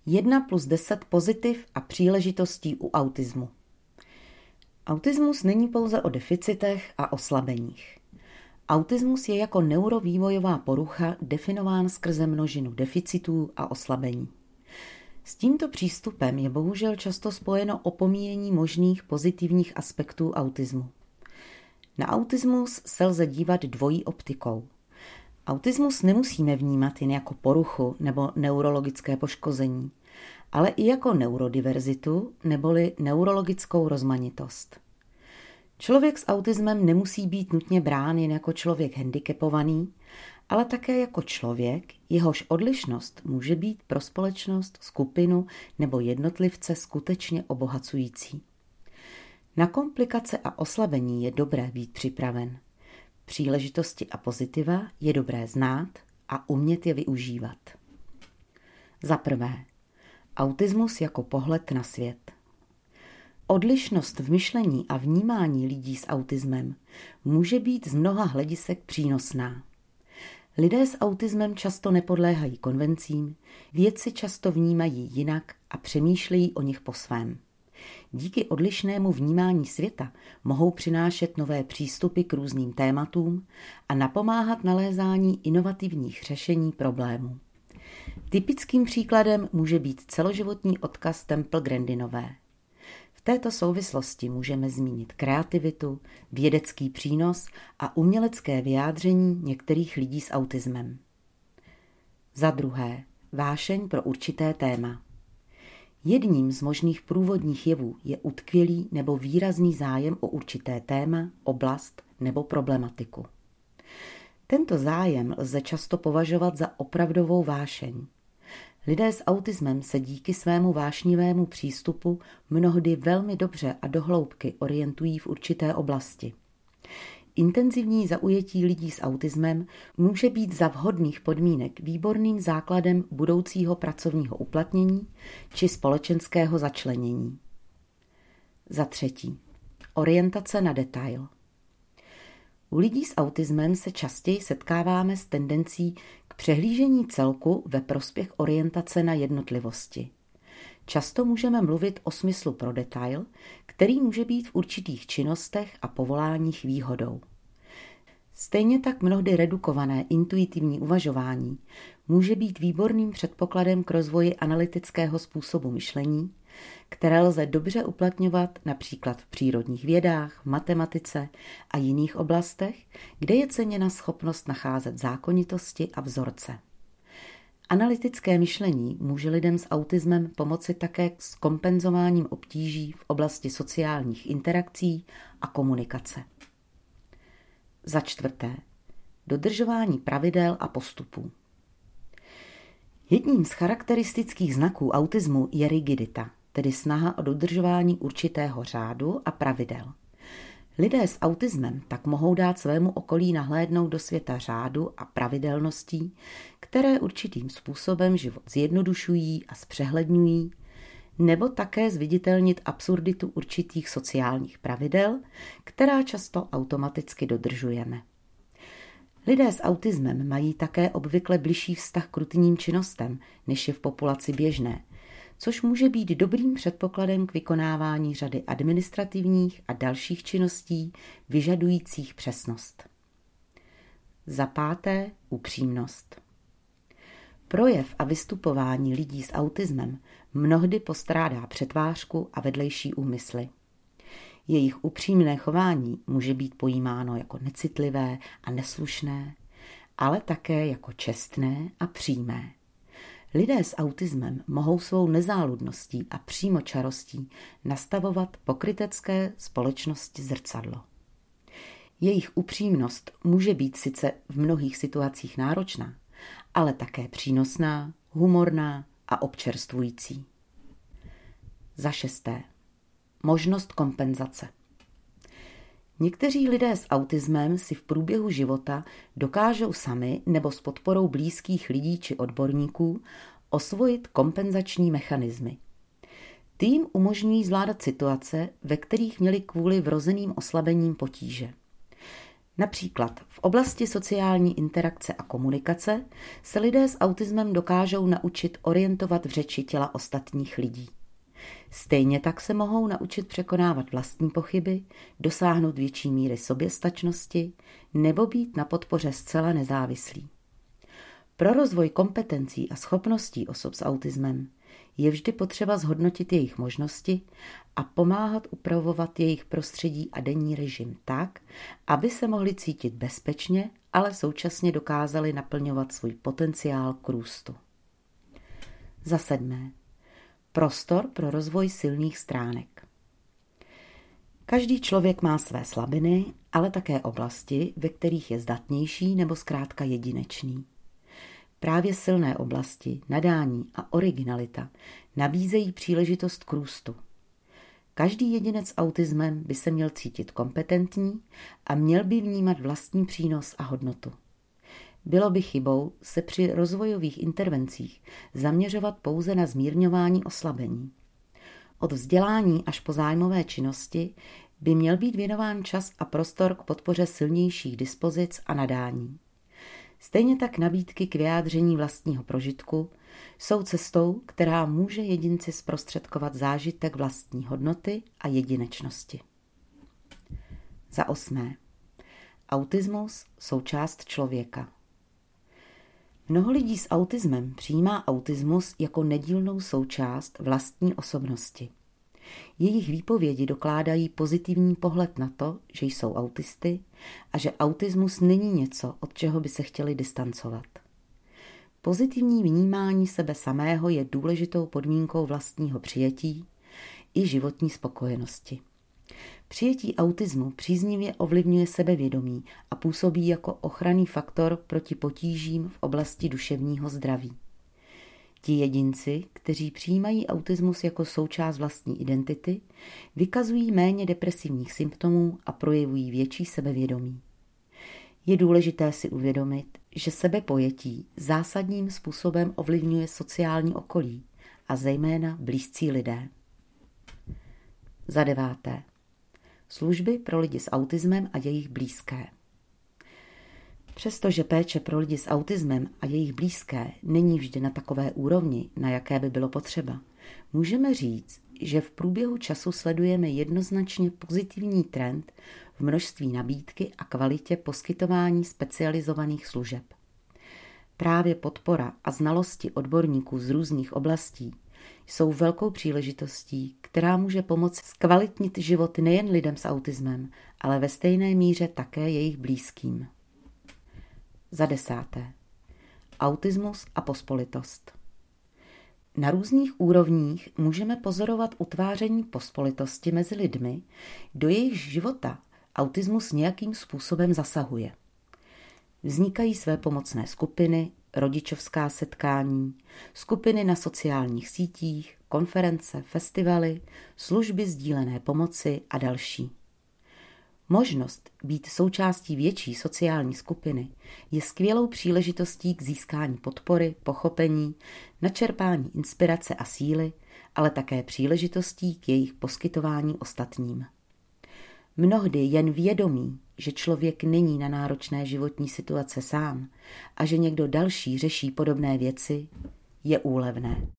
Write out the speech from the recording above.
1+10 pozitiv a příležitostí u autismu. Autismus není pouze o deficitech a oslabeních. Autismus je jako neurovývojová porucha definován skrze množinu deficitů a oslabení. S tímto přístupem je bohužel často spojeno opomíjení možných pozitivních aspektů autismu. Na autismus se lze dívat dvojí optikou. Autismus nemusíme vnímat jen jako poruchu nebo neurologické poškození, ale i jako neurodiverzitu neboli neurologickou rozmanitost. Člověk s autismem nemusí být nutně brán jen jako člověk handicapovaný, ale také jako člověk, jehož odlišnost může být pro společnost, skupinu nebo jednotlivce skutečně obohacující. Na komplikace a oslabení je dobré být připraven. Příležitosti a pozitiva je dobré znát a umět je využívat. Za prvé, autismus jako pohled na svět. Odlišnost v myšlení a vnímání lidí s autismem může být z mnoha hledisek přínosná. Lidé s autismem často nepodléhají konvencím, věci často vnímají jinak a přemýšlejí o nich po svém. Díky odlišnému vnímání světa mohou přinášet nové přístupy k různým tématům a napomáhat nalézání inovativních řešení problémů. Typickým příkladem může být celoživotní odkaz Temple Grandinové. V této souvislosti můžeme zmínit kreativitu, vědecký přínos a umělecké vyjádření některých lidí s autismem. Za druhé, vášeň pro určité téma. Jedním z možných průvodních jevů je utkvělý nebo výrazný zájem o určité téma, oblast nebo problematiku. Tento zájem lze často považovat za opravdovou vášeň. Lidé s autismem se díky svému vášnivému přístupu mnohdy velmi dobře a dohloubky orientují v určité oblasti. Intenzivní zaujetí lidí s autismem může být za vhodných podmínek výborným základem budoucího pracovního uplatnění či společenského začlenění. Za třetí, orientace na detail. U lidí s autismem se častěji setkáváme s tendencí k přehlížení celku ve prospěch orientace na jednotlivosti. Často můžeme mluvit o smyslu pro detail, který může být v určitých činnostech a povoláních výhodou. Stejně tak mnohdy redukované intuitivní uvažování může být výborným předpokladem k rozvoji analytického způsobu myšlení, které lze dobře uplatňovat například v přírodních vědách, v matematice a jiných oblastech, kde je ceněna schopnost nacházet zákonitosti a vzorce. Analytické myšlení může lidem s autismem pomoci také s kompenzováním obtíží v oblasti sociálních interakcí a komunikace. Za čtvrté, dodržování pravidel a postupů. Jedním z charakteristických znaků autismu je rigidita, tedy snaha o dodržování určitého řádu a pravidel. Lidé s autismem tak mohou dát svému okolí nahlédnout do světa řádu a pravidelností, které určitým způsobem život zjednodušují a zpřehledňují, nebo také zviditelnit absurditu určitých sociálních pravidel, která často automaticky dodržujeme. Lidé s autismem mají také obvykle bližší vztah k rutinním činnostem, než je v populaci běžné, což může být dobrým předpokladem k vykonávání řady administrativních a dalších činností vyžadujících přesnost. Za páté, upřímnost. Projev a vystupování lidí s autismem mnohdy postrádá přetvářku a vedlejší úmysly. Jejich upřímné chování může být pojímáno jako necitlivé a neslušné, ale také jako čestné a přímé. Lidé s autismem mohou svou nezáludností a přímočarostí nastavovat pokrytecké společnosti zrcadlo. Jejich upřímnost může být sice v mnohých situacích náročná, ale také přínosná, humorná a občerstvující. Za šesté, možnost kompenzace. Někteří lidé s autismem si v průběhu života dokážou sami nebo s podporou blízkých lidí či odborníků osvojit kompenzační mechanismy. Ty jim umožňují zvládat situace, ve kterých měli kvůli vrozeným oslabením potíže. Například v oblasti sociální interakce a komunikace se lidé s autismem dokážou naučit orientovat v řeči těla ostatních lidí. Stejně tak se mohou naučit překonávat vlastní pochyby, dosáhnout větší míry soběstačnosti nebo být na podpoře zcela nezávislí. Pro rozvoj kompetencí a schopností osob s autismem je vždy potřeba zhodnotit jejich možnosti a pomáhat upravovat jejich prostředí a denní režim tak, aby se mohli cítit bezpečně, ale současně dokázali naplňovat svůj potenciál k růstu. Za 7. Prostor pro rozvoj silných stránek. Každý člověk má své slabiny, ale také oblasti, ve kterých je zdatnější nebo zkrátka jedinečný. Právě silné oblasti, nadání a originalita nabízejí příležitost k růstu. Každý jedinec s autismem by se měl cítit kompetentní a měl by vnímat vlastní přínos a hodnotu. Bylo by chybou se při rozvojových intervencích zaměřovat pouze na zmírňování oslabení. Od vzdělání až po zájmové činnosti by měl být věnován čas a prostor k podpoře silnějších dispozic a nadání. Stejně tak nabídky k vyjádření vlastního prožitku jsou cestou, která může jedinci zprostředkovat zážitek vlastní hodnoty a jedinečnosti. Za 8. Autismus – součást člověka. Mnoho lidí s autismem přijímá autismus jako nedílnou součást vlastní osobnosti. Jejich výpovědi dokládají pozitivní pohled na to, že jsou autisty a že autismus není něco, od čeho by se chtěli distancovat. Pozitivní vnímání sebe samého je důležitou podmínkou vlastního přijetí i životní spokojenosti. Přijetí autismu příznivě ovlivňuje sebevědomí a působí jako ochranný faktor proti potížím v oblasti duševního zdraví. Ti jedinci, kteří přijímají autismus jako součást vlastní identity, vykazují méně depresivních symptomů a projevují větší sebevědomí. Je důležité si uvědomit, že sebepojetí zásadním způsobem ovlivňuje sociální okolí a zejména blízcí lidé. Za 9. Služby pro lidi s autismem a jejich blízké. Přestože péče pro lidi s autismem a jejich blízké není vždy na takové úrovni, na jaké by bylo potřeba, můžeme říct, že v průběhu času sledujeme jednoznačně pozitivní trend v množství nabídky a kvalitě poskytování specializovaných služeb. Právě podpora a znalosti odborníků z různých oblastí jsou velkou příležitostí, která může pomoct zkvalitnit život nejen lidem s autismem, ale ve stejné míře také jejich blízkým. Za 10. Autismus a pospolitost. Na různých úrovních můžeme pozorovat utváření pospolitosti mezi lidmi, do jejich života autismus nějakým způsobem zasahuje. Vznikají své pomocné skupiny, rodičovská setkání, skupiny na sociálních sítích, konference, festivaly, služby sdílené pomoci a další. Možnost být součástí větší sociální skupiny je skvělou příležitostí k získání podpory, pochopení, načerpání inspirace a síly, ale také příležitostí k jejich poskytování ostatním. Mnohdy jen vědomí, že člověk není na náročné životní situace sám a že někdo další řeší podobné věci, je úlevné.